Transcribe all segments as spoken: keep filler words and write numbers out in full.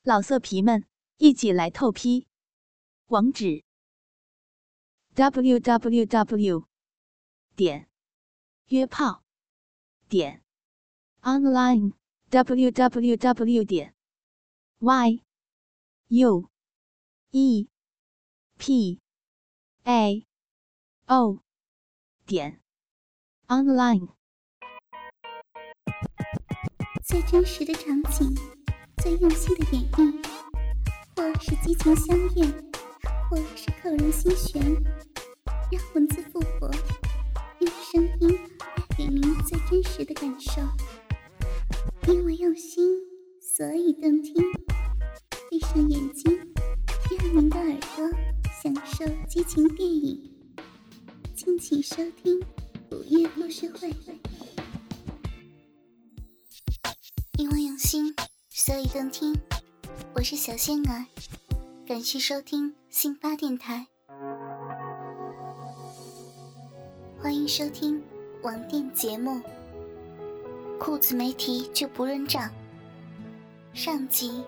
老色皮们，一起来透批！网址 ：double u double u double u 点约炮点 online double u double u double u 点 y u e p a o 点 online。 最真实的场景，最用心的演绎，或是激情相悦，或是扣人心弦，让文字复活，用声音带给您最真实的感受。因为用心，所以动听。闭上眼睛，让您的耳朵享受激情电影。敬请收听午夜故事会。因为用心，所以动听。我是小仙儿，感谢收听信巴电台，欢迎收听网店节目《裤子没提就不认账》上集。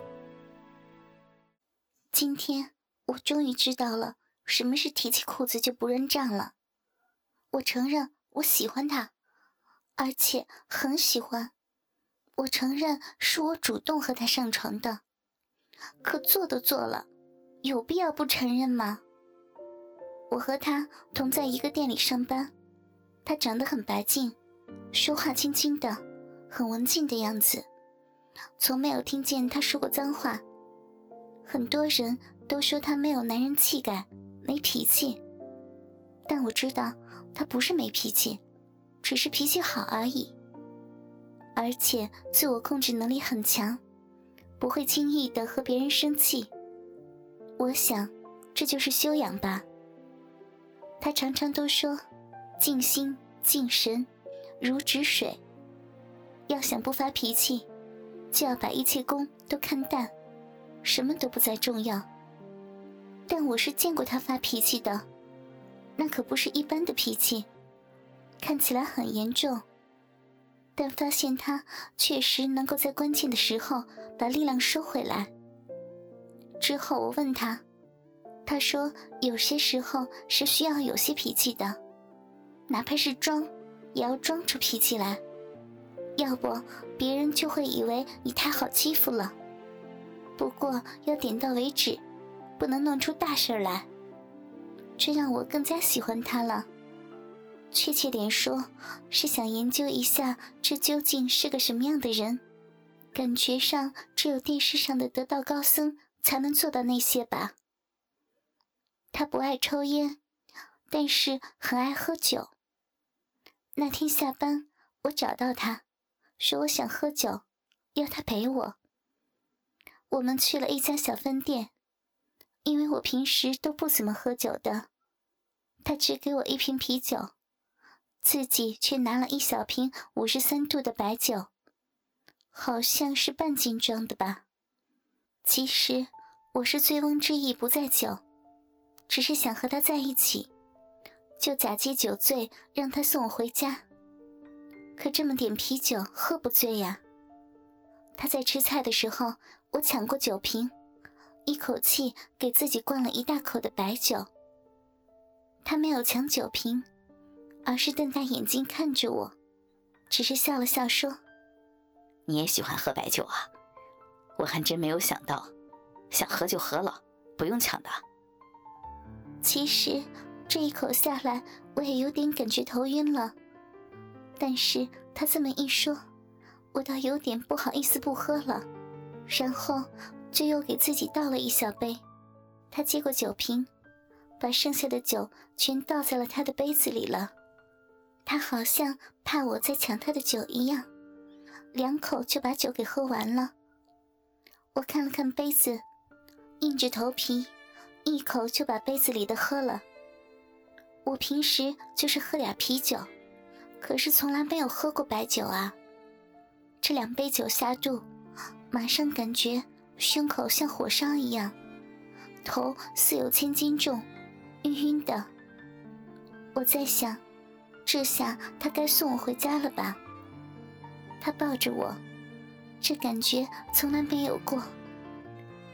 今天我终于知道了什么是提起裤子就不认账了。我承认我喜欢他，而且很喜欢。我承认是我主动和他上床的，可做都做了，有必要不承认吗？我和他同在一个店里上班，他长得很白净，说话轻轻的，很文静的样子，从没有听见他说过脏话。很多人都说他没有男人气概，没脾气，但我知道他不是没脾气，只是脾气好而已。而且自我控制能力很强，不会轻易的和别人生气。我想这就是修养吧。他常常都说静心静神如止水，要想不发脾气，就要把一切功都看淡，什么都不再重要。但我是见过他发脾气的，那可不是一般的脾气，看起来很严重，但发现他确实能够在关键的时候把力量收回来。之后我问他，他说有些时候是需要有些脾气的，哪怕是装也要装出脾气来，要不别人就会以为你太好欺负了。不过要点到为止，不能弄出大事来。这让我更加喜欢他了。确切点说，是想研究一下这究竟是个什么样的人。感觉上只有电视上的得道高僧才能做到那些吧。他不爱抽烟，但是很爱喝酒。那天下班，我找到他，说我想喝酒，要他陪我。我们去了一家小饭店，因为我平时都不怎么喝酒的，他只给我一瓶啤酒，自己却拿了一小瓶五十三度的白酒，好像是半斤装的吧。其实我是醉翁之意不在酒，只是想和他在一起，就假借酒醉让他送我回家。可这么点啤酒喝不醉呀。他在吃菜的时候，我抢过酒瓶，一口气给自己灌了一大口的白酒。他没有抢酒瓶，而是瞪大眼睛看着我，只是笑了笑说， 你也喜欢喝白酒啊？我还真没有想到，想喝就喝了，不用抢的。 其实这一口下来，我也有点感觉头晕了，但是他这么一说，我倒有点不好意思不喝了，然后就又给自己倒了一小杯。他接过酒瓶，把剩下的酒全倒在了他的杯子里了。他好像怕我在抢他的酒一样，两口就把酒给喝完了。我看了看杯子，硬着头皮一口就把杯子里的喝了。我平时就是喝俩啤酒，可是从来没有喝过白酒啊。这两杯酒下肚，马上感觉胸口像火烧一样，头似有千斤重，晕晕的。我在想，这下他该送我回家了吧。他抱着我，这感觉从来没有过，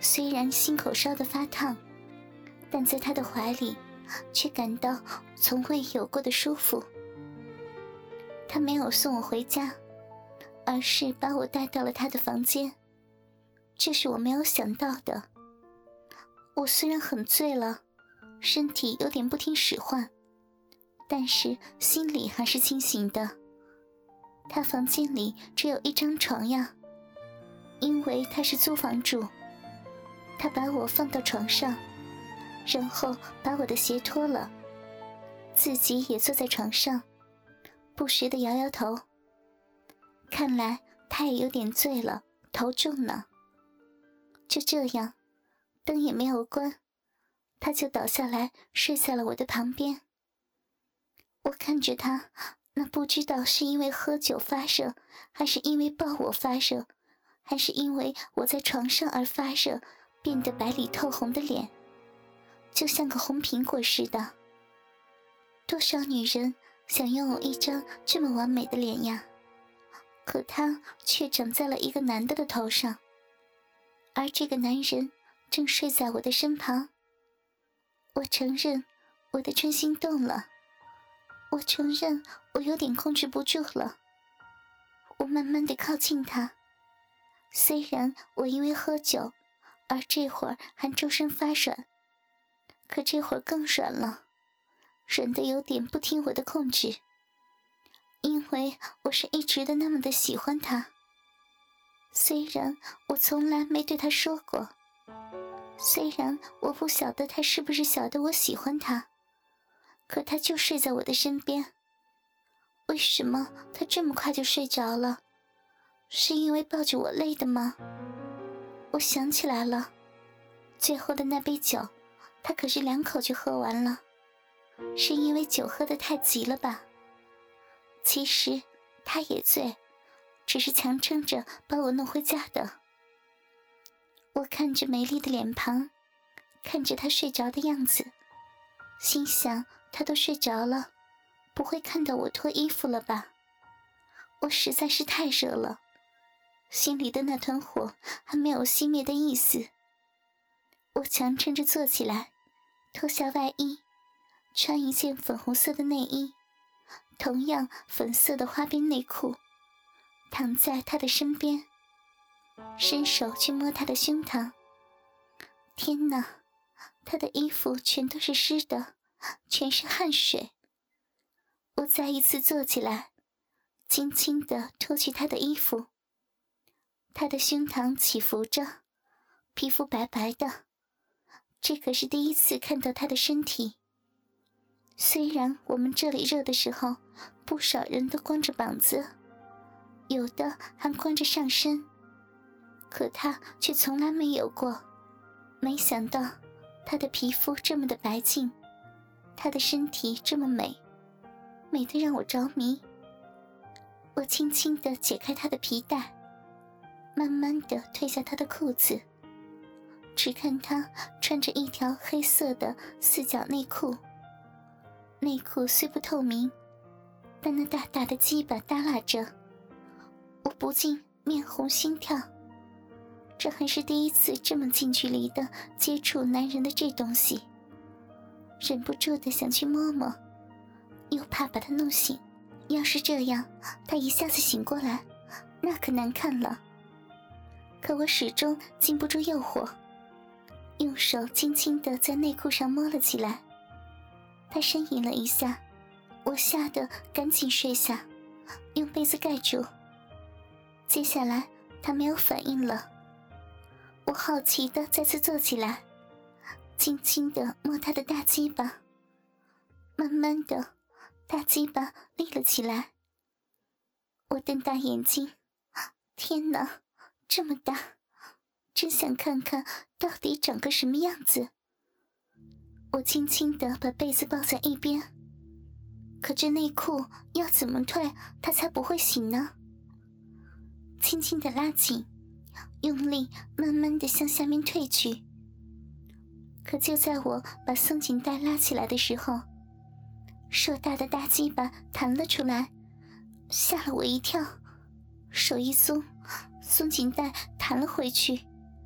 虽然心口烧得发烫，但在他的怀里却感到从未有过的舒服。他没有送我回家，而是把我带到了他的房间，这是我没有想到的。我虽然很醉了，身体有点不听使唤，但是心里还是清醒的。他房间里只有一张床呀，因为他是租房主。他把我放到床上，然后把我的鞋脱了，自己也坐在床上，不时地摇摇头。看来他也有点醉了，头重呢。就这样，灯也没有关，他就倒下来睡在了我的旁边。我看着他那不知道是因为喝酒发热，还是因为抱我发热，还是因为我在床上而发热，变得白里透红的脸，就像个红苹果似的。多少女人想拥有一张这么完美的脸呀，可它却长在了一个男的的头上，而这个男人正睡在我的身旁。我承认我的春心动了，我承认我有点控制不住了。我慢慢地靠近他，虽然我因为喝酒而这会儿还周身发软，可这会儿更软了，软得有点不听我的控制，因为我是一直的那么的喜欢他。虽然我从来没对他说过，虽然我不晓得他是不是晓得我喜欢他，可他就睡在我的身边。为什么他这么快就睡着了？是因为抱着我累的吗？我想起来了，最后的那杯酒他可是两口就喝完了，是因为酒喝得太急了吧？其实他也醉，只是强撑着把我弄回家的。我看着美丽的脸庞，看着他睡着的样子，心想他都睡着了，不会看到我脱衣服了吧？我实在是太热了，心里的那团火还没有熄灭的意思。我强撑着坐起来，脱下外衣，穿一件粉红色的内衣，同样粉色的花边内裤，躺在他的身边，伸手去摸他的胸膛。天哪，他的衣服全都是湿的，全是汗水。我再一次坐起来，轻轻地脱去他的衣服。他的胸膛起伏着，皮肤白白的，这可是第一次看到他的身体。虽然我们这里热的时候，不少人都光着膀子，有的还光着上身，可他却从来没有过。没想到他的皮肤这么的白净，他的身体这么美，美得让我着迷。我轻轻地解开他的皮带，慢慢地褪下他的裤子，只看他穿着一条黑色的四角内裤。内裤虽不透明，但那大大的鸡巴耷拉着，我不禁面红心跳。这还是第一次这么近距离的接触男人的这东西，忍不住的想去摸摸，又怕把他弄醒。要是这样，他一下子醒过来，那可难看了。可我始终禁不住诱惑，用手轻轻地在内裤上摸了起来。他呻吟了一下，我吓得赶紧睡下，用被子盖住。接下来他没有反应了，我好奇地再次坐起来，轻轻地摸他的大鸡巴。慢慢的，大鸡巴立了起来。我瞪大眼睛，天哪，这么大，真想看看到底长个什么样子。我轻轻地把被子抱在一边，可这内裤要怎么退他才不会醒呢？轻轻地拉紧，用力慢慢地向下面退去。可就在我把松紧带拉起来的时候，硕大的大鸡巴弹了出来，吓了我一跳。手一松，松紧带弹了回去，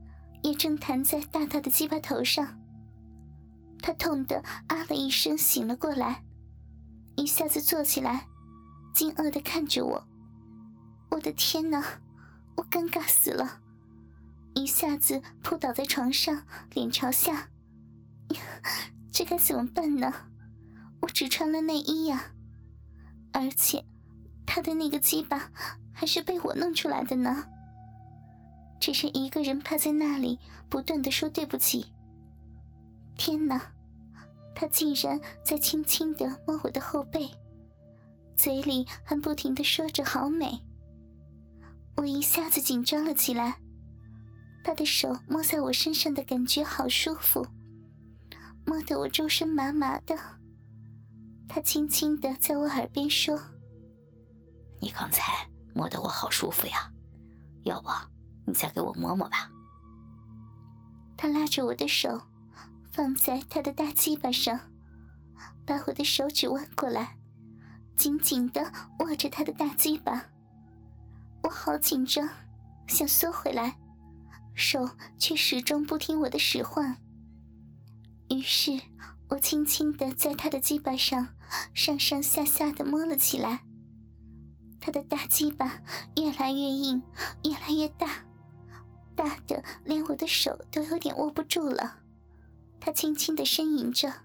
也正弹在大大的鸡巴头上。他痛得啊了一声醒了过来，一下子坐起来，惊愕地看着我。我的天哪，我尴尬死了，一下子扑倒在床上，脸朝下。这该怎么办呢？我只穿了内衣呀，而且他的那个鸡巴还是被我弄出来的呢。只是一个人趴在那里不断地说对不起。天哪，他竟然在轻轻地摸我的后背，嘴里还不停地说着好美。我一下子紧张了起来，他的手摸在我身上的感觉好舒服，摸得我周身麻麻的。他轻轻地在我耳边说： 你刚才摸得我好舒服呀，要不你再给我摸摸吧。 他拉着我的手放在他的大鸡巴上，把我的手指弯过来，紧紧地握着他的大鸡巴。我好紧张，想缩回来，手却始终不听我的使唤。于是我轻轻地在他的鸡巴上上上下下地摸了起来。他的大鸡巴越来越硬，越来越大，大的连我的手都有点握不住了。他轻轻地呻吟着。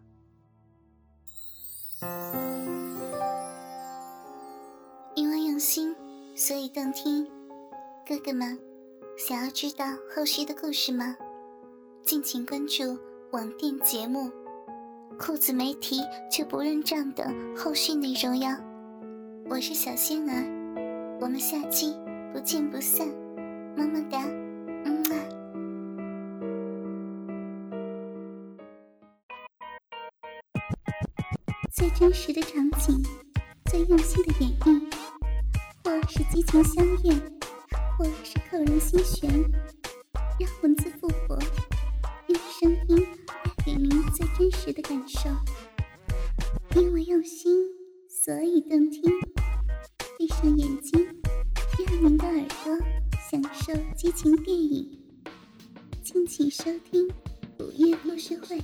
因为用心，所以动听。哥哥们，想要知道后续的故事吗？敬请关注网店节目裤子没提却不认账的后续内容哟。我是小仙儿，我们下期不见不散，么么哒，嗯啊。最真实的场景，最用心的演绎，或是激情相悦，或是扣人心弦，让文字复活，用声音带给您最真实的感受。因为用心，所以动听。闭上眼睛，让您的耳朵享受激情电影。敬请收听午夜故事会。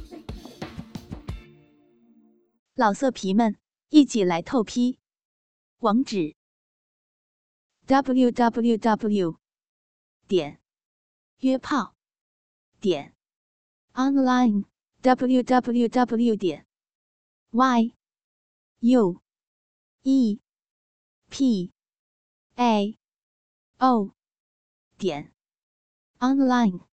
老色皮们，一起来透批！网址 ：double u double u double u 点约炮点 online w w w 点 y u e p a o 点 online。